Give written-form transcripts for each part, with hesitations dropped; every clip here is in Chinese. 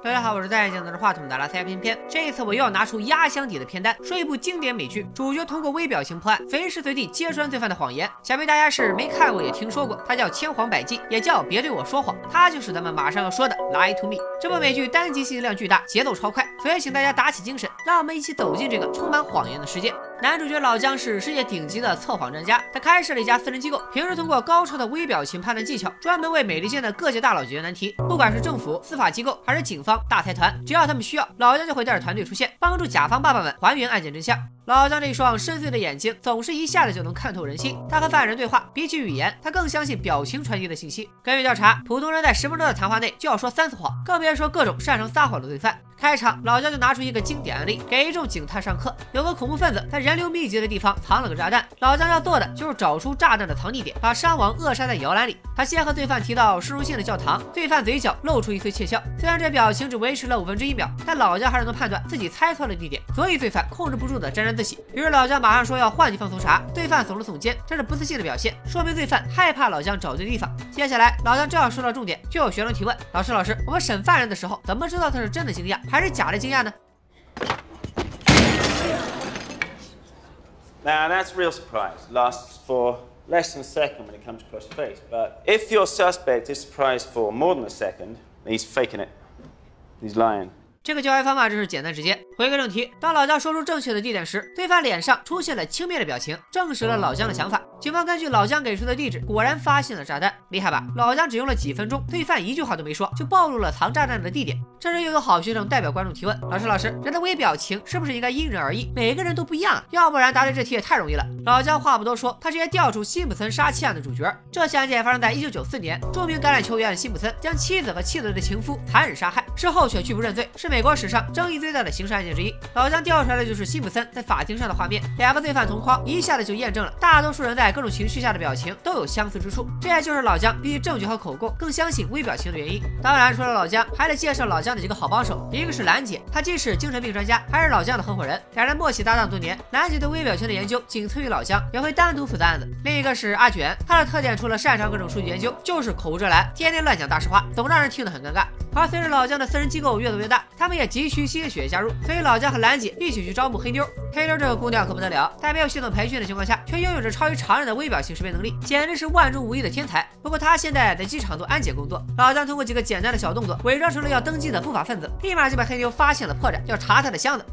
大家好，我是戴眼镜拿着话筒的拉塞偏偏。这一次我又要拿出压箱底的片单，说一部经典美剧，主角通过微表情破案，随时随地揭穿罪犯的谎言。想必大家是没看过也听说过，它叫《千谎百计》，也叫别对我说谎。它就是咱们马上要说的《Lie to Me》。这部美剧单集信息量巨大，节奏超快，所以请大家打起精神，让我们一起走进这个充满谎言的世界。男主角老姜是世界顶级的测谎专家，他开设了一家私人机构，平时通过高超的微表情判断技巧，专门为美利坚的各界大佬解决难题。不管是政府、司法机构还是警方、大财团，只要他们需要，老姜就会带着团队出现，帮助甲方爸爸们还原案件真相。老姜这一双深邃的眼睛，总是一下子就能看透人心。他和犯人对话，比起语言，他更相信表情传递的信息。根据调查，普通人在10分钟的谈话内就要说3次谎，更别说各种擅长撒谎的罪犯。开场，老姜就拿出一个经典案例，给一众警探上课。有个恐怖分子在人流密集的地方藏了个炸弹，老姜要做的就是找出炸弹的藏地点，把伤亡扼杀在摇篮里。他先和罪犯提到市中心的教堂，罪犯嘴角露出一丝窃笑，虽然这表情只维持了1/5秒，但老姜还是能判断自己猜错了地点，所以罪犯控制不住的沾沾自喜。于是老姜马上说要换地方搜查，罪犯耸了耸肩，这是不自信的表现，说明罪犯害怕老姜找对地方。接下来老姜正要说到重点，就有学生提问：老师，我们审犯人的时候怎么知道他是真的惊讶还是假的惊讶呢？ Now that's real surprise. Lasts for less than a second when it comes across your face. But if your suspect is surprised for more than a second, he's faking it. He's lying. 这个教学方法真是简单直接。回归正题，当老姜说出正确的地点时，罪犯脸上出现了轻蔑的表情，证实了老姜的想法。警方根据老姜给出的地址，果然发现了炸弹。厉害吧？老姜只用了几分钟，罪犯一句话都没说，就暴露了藏炸弹的地点。这时又有好学生代表观众提问：老师，人的微表情是不是应该因人而异？每个人都不一样啊，要不然答对这题也太容易了。老姜话不多说，他直接调出辛普森杀妻案的主角。这起案件发生在1994年，著名橄榄球员辛普森将妻子和妻子的情夫残忍杀害，事后却拒不认罪，是美国史上争议最大的刑事案件之一。老姜调出来的就是辛普森在法庭上的画面，两个罪犯同框，一下子就验证了大多数人在各种情绪下的表情都有相似之处。这也就是老姜比起证据和口供更相信微表情的原因。当然，除了老姜，还得介绍老姜的几个好帮手，一个是兰姐，她既是精神病专家，还是老姜的合伙人，两人默契搭档多年。兰姐对微表情的研究仅次于老姜，也会单独负责案子。另一个是阿卷，她的特点除了擅长各种数据研究，就是口无遮拦，天天乱讲大实话，总让人听得很尴尬。而随着老姜的私人机构越做越大，他们也急需新血加入，所以老姜和兰姐一起去招募黑妞。黑妞这个姑娘可不得了，在没有系统培训的情况下，却拥有着超于常人的微表情识别能力，简直是万中无一的天才。不过她现在在机场做安检工作，老姜通过几个简单的小动作，伪装成了要登机的不法分子，立马就被黑妞发现了破绽，要查她的箱子。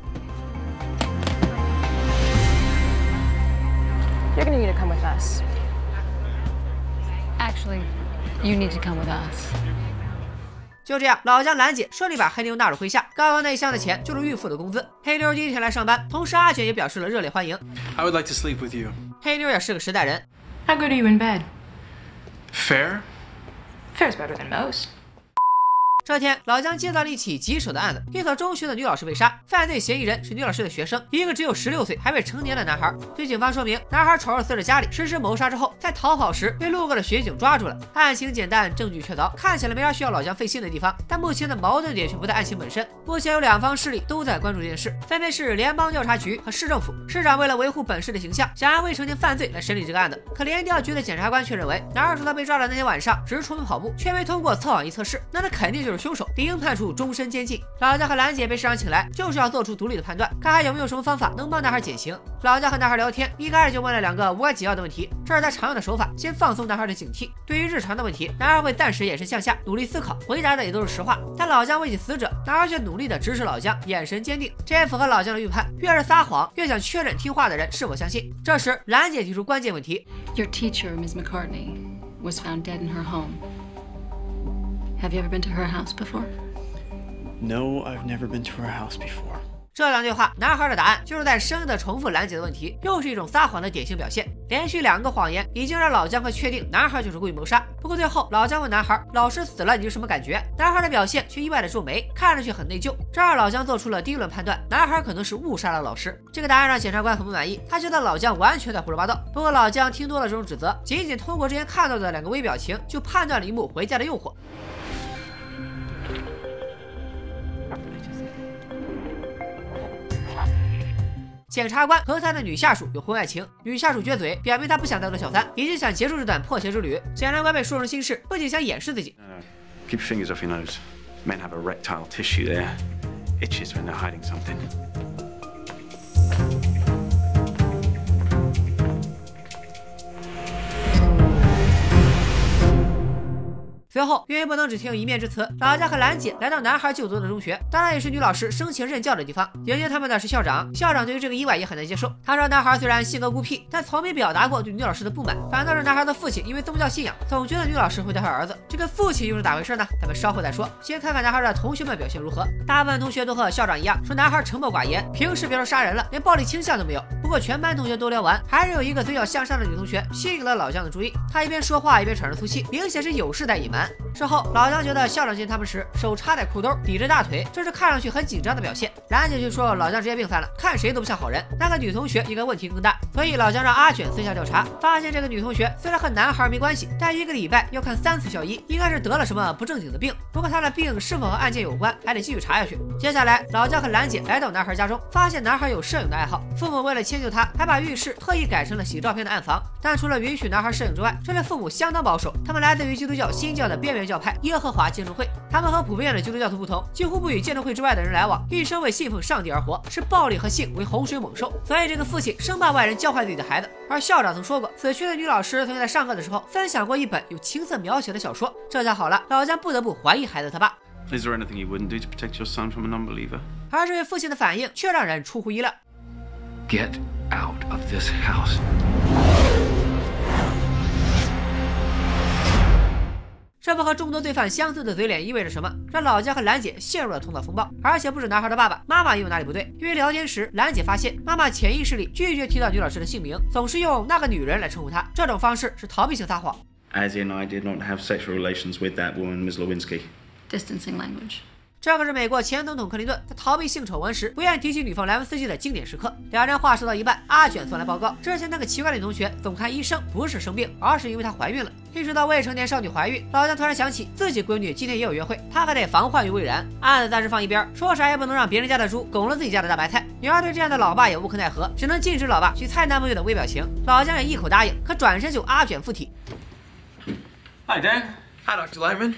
You're gonna need to come with us. Actually, you need to come with us. 就这样，老姜、兰姐顺利把黑妞纳入麾下。刚刚那一箱的钱就是预付的工资。黑妞第一天来上班，同时阿卷也表示了热烈欢迎。 I would like to sleep with you. 黑妞也是个实在人。 How good are you in bed? Fair? Fair's better than most. 这天，老姜接到了一起棘手的案子，一所中学的女老师被杀，犯罪嫌疑人是女老师的学生，一个只有16岁还未成年的男孩。据警方说明，男孩闯入死者家里实施谋杀之后，在逃跑时被路过的巡警抓住了。案情简单，证据确凿，看起来没啥需要老姜费心的地方。但目前的矛盾点却不在案情本身。目前有2方势力都在关注这件事，分别是联邦调查局和市政府。市长为了维护本市的形象，想按未成年犯罪来审理这个案子。可联调局的检察官却认为，男孩说他被抓的那天晚上只是出门跑步，却没通过测谎仪测试，那他肯定就是凶手，理应判处终身监禁。老姜和兰姐被市长请来，就是要做出独立的判断，看看有没有什么方法能帮男孩减刑。老姜和男孩聊天，一开始就问了2个无关紧要的问题，这是他常用的手法，先放松男孩的警惕。对于日常的问题，男孩会暂时眼神向下，努力思考，回答的也都是实话。但老姜问起死者，男孩却努力的直视老姜，眼神坚定，这也符合老姜的预判，越是撒谎，越想确认听话的人是否相信。这时，兰姐提出关键问题 ：Your teacher, Ms. McCartney, was found dead in her home. Have you ever been to her house before?No, I've never been to her house before. 这2句话，男孩的答案就是在生硬的重复兰姐的问题，又是一种撒谎的典型表现。连续2个谎言已经让老姜快确定男孩就是故意谋杀。不过最后，老姜问男孩：“老师死了，你是什么感觉？”男孩的表现却意外的皱眉，看上去很内疚。这让老姜做出了第一轮判断，男孩可能是误杀了老师。这个答案让检察官很不满意，他觉得老姜完全在胡说八道。不过老姜听多了这种指责，仅仅通过之前看到的2个微表情，就判断了一幕回家的诱惑。检察官和他的女下属有婚外情，女下属撅嘴，表明她不想当个小三，已经想结束这段破鞋之旅。检察官被说成心事，不仅想掩饰自己。 Keep your fingers off your nose. Men have erectile tissue there. Itches when they're hiding something. 随后，因为不能只听一面之词，老姜和兰姐来到男孩就读的中学，当然也是女老师生前任教的地方。迎接他们的是校长，校长对于这个意外也很难接受。他说，男孩虽然性格孤僻，但从没表达过对女老师的不满，反倒是男孩的父亲因为宗教信仰，总觉得女老师会带坏儿子。这个父亲又是咋回事呢？咱们稍后再说。先看看男孩的同学们表现如何。大部分同学都和校长一样，说男孩沉默寡言，平时别说杀人了，连暴力倾向都没有。不过全班同学都聊完，还是有一个嘴角向上的女同学吸引了老姜的注意。她一边说话一边喘着粗气，明显是有事在隐瞒。事后，老姜觉得校长见他们时手插在裤兜，抵着大腿，这是看上去很紧张的表现。兰姐就说老姜职业病犯了，看谁都不像好人。那个女同学应该问题更大，所以老姜让阿卷私下调查，发现这个女同学虽然和男孩没关系，但1个礼拜要看3次校医，应该是得了什么不正经的病。不过她的病是否和案件有关，还得继续查下去。接下来，老姜和兰姐来到男孩家中，发现男孩有摄影的爱好，父母为了迁就他，还把浴室特意改成了洗照片的暗房。但除了允许男孩摄影之外，这对父母相当保守，他们来自于基督教新教的边缘教派耶和华见证会。他们和普遍的基督教徒不同，几乎不与见证会之外的人来往，一生为信奉上帝而活，视暴力和性为洪水猛兽。所以这个父亲生怕外人教坏自己的孩子。而校长曾说过，死去的女老师曾经在上课的时候分享过一本有情色描写的小说。这下好了，老姜不得不怀疑孩子他爸。 Is there anything you wouldn't do to protect your son from a non-believer? 而这位父亲的反应却让人出乎意料。 Get out of this house. 这不和众多罪犯相似的嘴脸意味着什么？让老姜和兰姐陷入了头脑风暴。而且不止男孩的爸爸妈妈也有哪里不对，因为聊天时兰姐发现妈妈潜意识里拒绝提到女老师的姓名，总是用那个女人来称呼她，这种方式是逃避性撒谎。 As in, I did not have sexual relations with that woman, Ms. Lewinsky. Distancing language. 这可是美国前总统克林顿在逃避性丑闻时不愿提起女方莱文斯基的经典时刻。两人话说到一半，阿卷送来报告，之前那个奇怪的女同学总看医生不是生病，而是因为她怀孕了。意识到未成年少女怀孕，老姜突然想起自己闺女今天也有约会，他还得防患于未然。案子暂时放一边，说啥也不能让别人家的猪拱了自己家的大白菜。女儿对这样的老爸也无可奈何，只能禁止老爸去猜男朋友的微表情。老姜也一口答应，可转身就阿卷附体。 Hi, Dan. Hi, Dr. Lightman.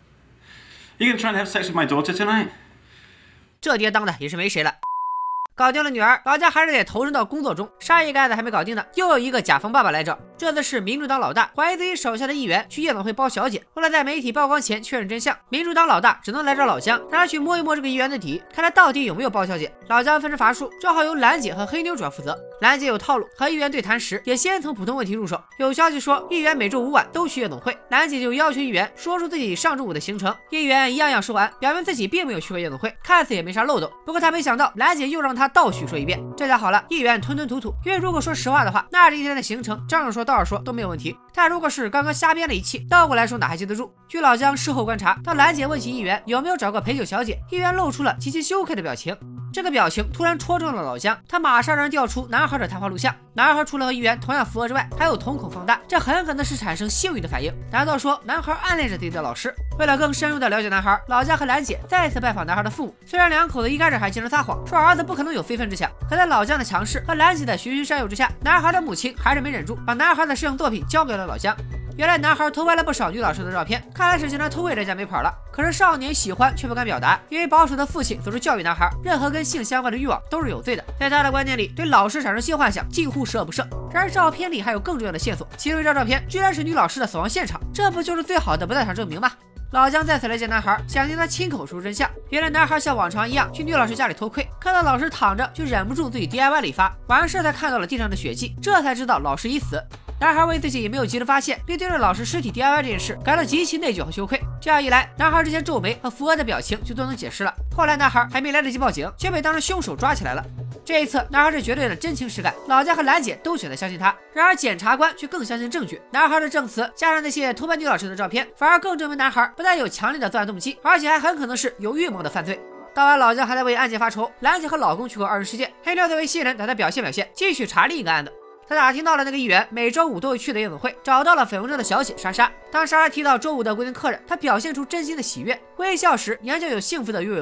You gonna try and have sex with my daughter tonight? 这爹当的也是没谁了。搞定了女儿，老姜还是得投身到工作中。杀一个案子还没搞定呢，又有一个甲方爸爸来找。这次是民主党老大怀疑自己手下的议员去夜总会包小姐，为了在媒体曝光前确认真相，民主党老大只能来找老姜，让他去摸一摸这个议员的底，看他到底有没有包小姐。老姜分身乏术，正好由兰姐和黑妞主要负责。兰姐有套路，和议员对谈时也先从普通问题入手。有消息说议员每周5晚都去夜总会，兰姐就要求议员说出自己上周5的行程。议员一样样说完，表明自己并没有去过夜总会，看似也没啥漏洞。不过他没想到兰姐又让他倒叙说一遍。这下好了，议员吞吞吐吐，因为如果说实话的话，那这一天的行程张着说道着说都没有问题，但如果是刚刚瞎编了一气，倒过来说哪还记得住？据老姜事后观察，当兰姐问起议员有没有找过陪酒小姐，议员露出了极其羞愧的表情。这个表情突然戳中了老姜，他马上让人调出男孩的谈话录像。男孩除了和议员同样符合之外，还有瞳孔放大，这很可能是产生性欲的反应。难道说男孩暗恋着自己的老师？为了更深入的了解男孩，老姜和兰姐再次拜访男孩的父母。虽然两口子一开始还经常撒谎，说儿子不可能有非分之想，可在老姜的强势和兰姐的循循善诱之下，男孩的母亲还是没忍住，把男孩的摄影作品交给了老姜。原来男孩偷拍了不少女老师的照片，看来是经常偷窥人家没跑了。可是少年喜欢却不敢表达，因为保守的父亲总是教育男孩，任何跟性相关的欲望都是有罪的。在他的观念里，对老师产生性幻想近乎十恶不赦。然而照片里还有更重要的线索，其中一张照片居然是女老师的死亡现场，这不就是最好的不在场证明吗？老姜再次来见男孩，想听他亲口说出真相。原来男孩像往常一样去女老师家里偷窥，看到老师躺着，就忍不住自己 DIY 了一发。完事才看到了地上的血迹，这才知道老师已死。男孩为自己也没有及时发现并对着老师尸体 DIY 这件事感到极其内疚和羞愧。这样一来，男孩之前皱眉和扶额的表情就都能解释了。后来男孩还没来得及报警，却被当成凶手抓起来了。这一次，男孩是绝对的真情实感，老姜和兰姐都选择相信他。然而检察官却更相信证据，男孩的证词加上那些偷拍女老师的照片，反而更证明男孩不但有强烈的作案动机，而且还很可能是有预谋的犯罪。当晚，老姜还在为案件发愁，兰姐和老公去过20世界，黑妞作为新人等他表现，继续查另一个案子。他打听到了那个议员每周5都会去的夜总会，找到了绯闻中的小姐莎莎。当莎莎提到周5的规定客人，他表现出真心的喜悦，微笑时娘就有幸福的鱼尾纹。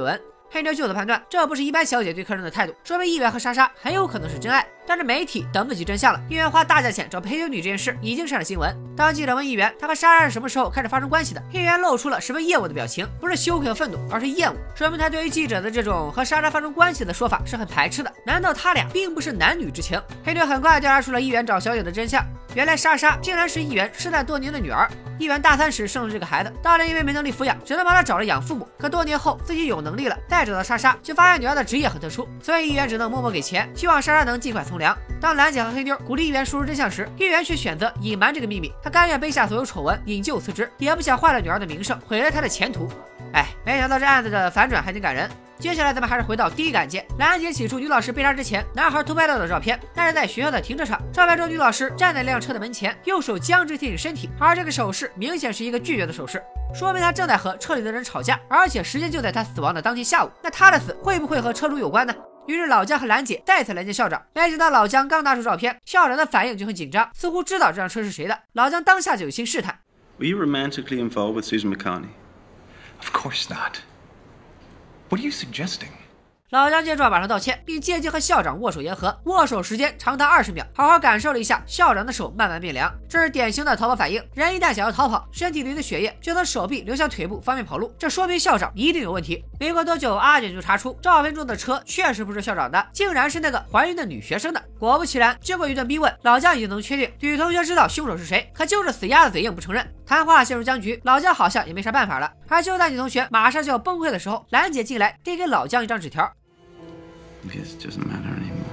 黑妞舅子判断这不是一般小姐对客人的态度，说明议员和莎莎很有可能是真爱。但是媒体等不及真相了，议员花大价钱找陪酒女这件事已经上了新闻。当记者问议员他和莎莎是什么时候开始发生关系的，议员露出了十分厌恶的表情，不是羞愧和愤怒，而是厌恶，说明他对于记者的这种和莎莎发生关系的说法是很排斥的。难道他俩并不是男女之情？黑妞很快调查出了议员找小姐的真相，原来莎莎竟然是议员失散多年的女儿。议员大3时生了这个孩子，大人因为没能力抚养，只能帮他找了养父母。可多年后自己有能力了，再找到莎莎，却发现女儿的职业很特殊，所以议员只能默默给钱，希望莎莎能尽快从良。当兰姐和黑妞鼓励议员说出真相时，议员却选择隐瞒这个秘密，他甘愿背下所有丑闻，引咎辞职，也不想坏了女儿的名声，毁了她的前途。哎，没想到这案子的反转还挺感人。接下来咱们还是回到第一个案件。兰姐起初女老师被杀之前，男孩偷拍到的照片，那是在学校的停车场。照片中女老师站在辆车的门前，右手僵直贴紧身体，而这个手势明显是一个拒绝的手势，说明她正在和车里的人吵架，而且时间就在她死亡的当天下午。那她的死会不会和车主有关呢？于是老姜和兰姐再次来见校长，没想到老姜刚拿出照片，校长的反应就很紧张，似乎知道这辆车是谁的。老姜当下就有心试探 Were you romantically involved with Susan McCartney? Of course not. What are you suggesting? 老姜见状马上道歉，并借机和校长握手言和，握手时间长达20秒，好好感受了一下校长的手慢慢变凉。这是典型的逃跑反应，人一旦想要逃跑，身体里的血液就从手臂流向腿部，方便跑路，这说明校长一定有问题。没过多久，阿检就查出照片中的车确实不是校长的，竟然是那个怀孕的女学生的。果不其然，经过一顿逼问，老姜已经能确定女同学知道凶手是谁，可就是死鸭子嘴硬不承认。谈话陷入僵局，老姜好像也没啥办法了。而就在女同学马上就要崩溃的时候，兰姐进来递给老姜一张纸条。 Because it doesn't matter anymore.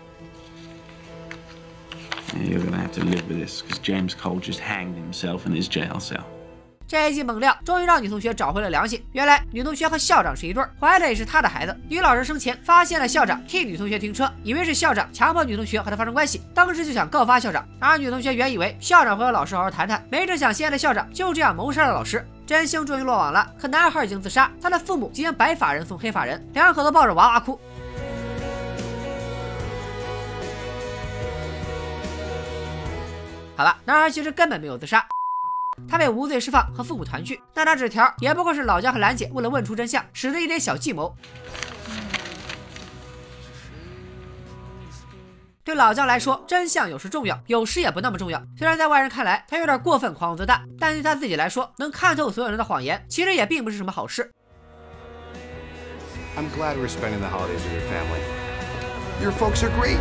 Yeah, you're gonna have to live with this, because James Cole just hanged himself in his jail cell. 这一剂猛料终于让女同学找回了良心。原来女同学和校长是一对，怀的也是她的孩子。女老师生前发现了校长替女同学停车，以为是校长强迫女同学和她发生关系，当时就想告发校长。而女同学原以为校长会和老师好好谈谈，没成想现在的校长就这样谋杀了老师。真相终于落网了，可男孩已经自杀，他的父母竟将白发人送黑发人，两口子抱着娃娃哭。好吧，男孩其实根本没有自杀，他被无罪释放，和父母团聚。那张纸条也不过是老姜和兰姐为了问出真相使的一点小计谋。对老姜来说，真相有时重要，有时也不那么重要。虽然在外人看来他有点过分狂妄自大，但对他自己来说，能看透所有人的谎言，其实也并不是什么好事。 I'm glad we're spending the holidays with your family. Your folks are great.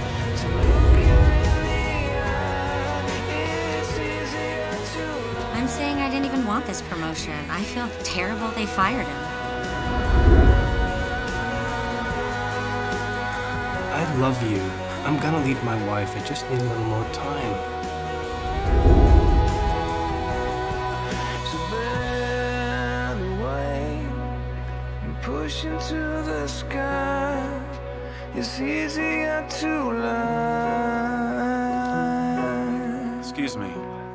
I'm saying I didn't even want this promotion. I feel terrible they fired him. I love you. I'm gonna leave my wife. I just need a little more time. Push into the sky. It's easier to lie. Excuse me.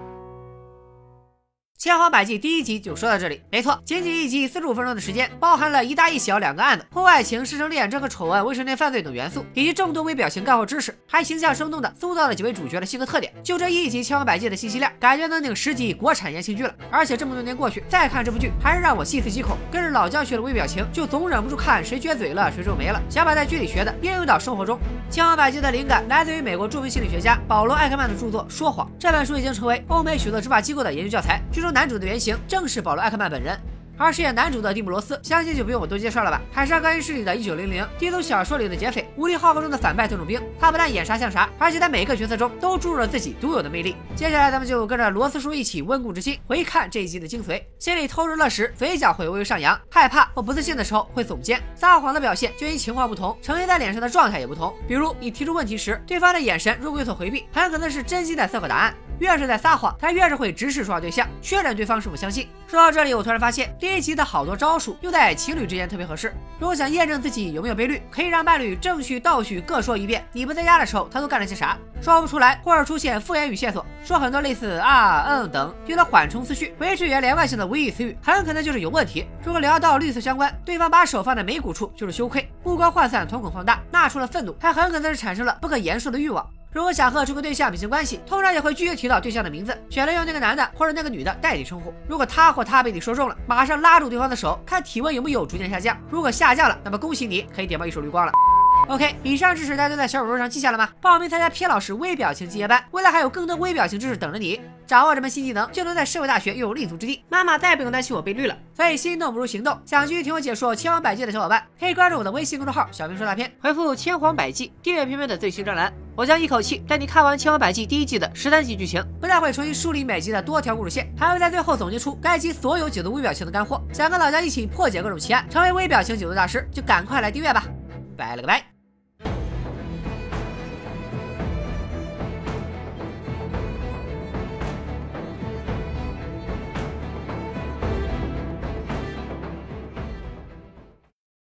千方百计第一集就说到这里，没错，仅仅一集45分钟的时间，包含了一大一小两个案子，婚外情、师生恋、这和丑闻、未成年犯罪等元素，以及众多微表情干货知识，还形象生动的塑造了几位主角的性格特点。就这一集千方百计的信息量，感觉能顶10集国产言情剧了。而且这么多年过去，再看这部剧，还是让我细思极恐。跟着老姜学的微表情，就总忍不住看谁撅嘴了，谁皱眉了，想把在剧里学的应用到生活中。千方百计的灵感来自于美国著名心理学家保罗·艾克曼的著作《说谎》，这本书已经成为欧美许多执法机构的研究教材。剧中男主的原型正是保罗·艾克曼本人。而饰演男主的蒂姆·罗斯，相信就不用我多介绍了吧？海上钢琴师里的1900，低俗小说里的劫匪，无敌浩克中的反派特种兵。他不但演啥像啥，而且在每个角色中都注入了自己独有的魅力。接下来咱们就跟着罗斯叔一起温故知新，回看这一集的精髓。心里偷着乐时，嘴角会微微上扬；害怕或不自信的时候会耸肩。撒谎的表现就因情况不同，呈现在脸上的状态也不同。比如你提出问题时，对方的眼神如果有所回避，很可能是真心在思考答案。越是在撒谎，他越是会直视说话对象，确认对方是否相信。说到这里，我突然发现第一集的好多招数用在情侣之间特别合适。如果想验证自己有没有被绿，可以让伴侣正序倒序各说一遍，你不在家的时候他都干了些啥，说不出来，或者出现复言语线索，说很多类似啊、等，有了缓冲思绪，维持语言连贯性的无意义词语，很可能就是有问题。如果聊到绿色相关，对方把手放在眉骨处就是羞愧，目光涣散，瞳孔放大，纳出了愤怒，还很可能是产生了不可言说的欲望。 如果想和这个对象撇清关系，通常也会拒绝提到对象的名字，选择用那个男的或者那个女的代替称呼。如果他或她被你说中了，马上拉住对方的手，看体温有没有逐渐下降。如果下降了，那么恭喜你，可以点爆一手绿光了。OK， 以上知识大家都在小本本上记下了吗？报名参加P老师微表情进阶班，未来还有更多微表情知识等着你。掌握这门新技能，就能在社会大学拥有立足之地。妈妈再不用担心我被绿了。所以心动不如行动，想继续听我解说千方百计的小伙伴，可以关注我的微信公众号小明说大片，回复千方百计订阅片片的最新专栏，我将一口气带你看完千方百计第1季的13集剧情，不但会重新梳理每集的多条故事线，还会在最后总结出该集所有解读微表情的干货。想跟老姜一起破解各种奇案，成为微表情解读大师，就赶快来订阅吧。拜了个拜。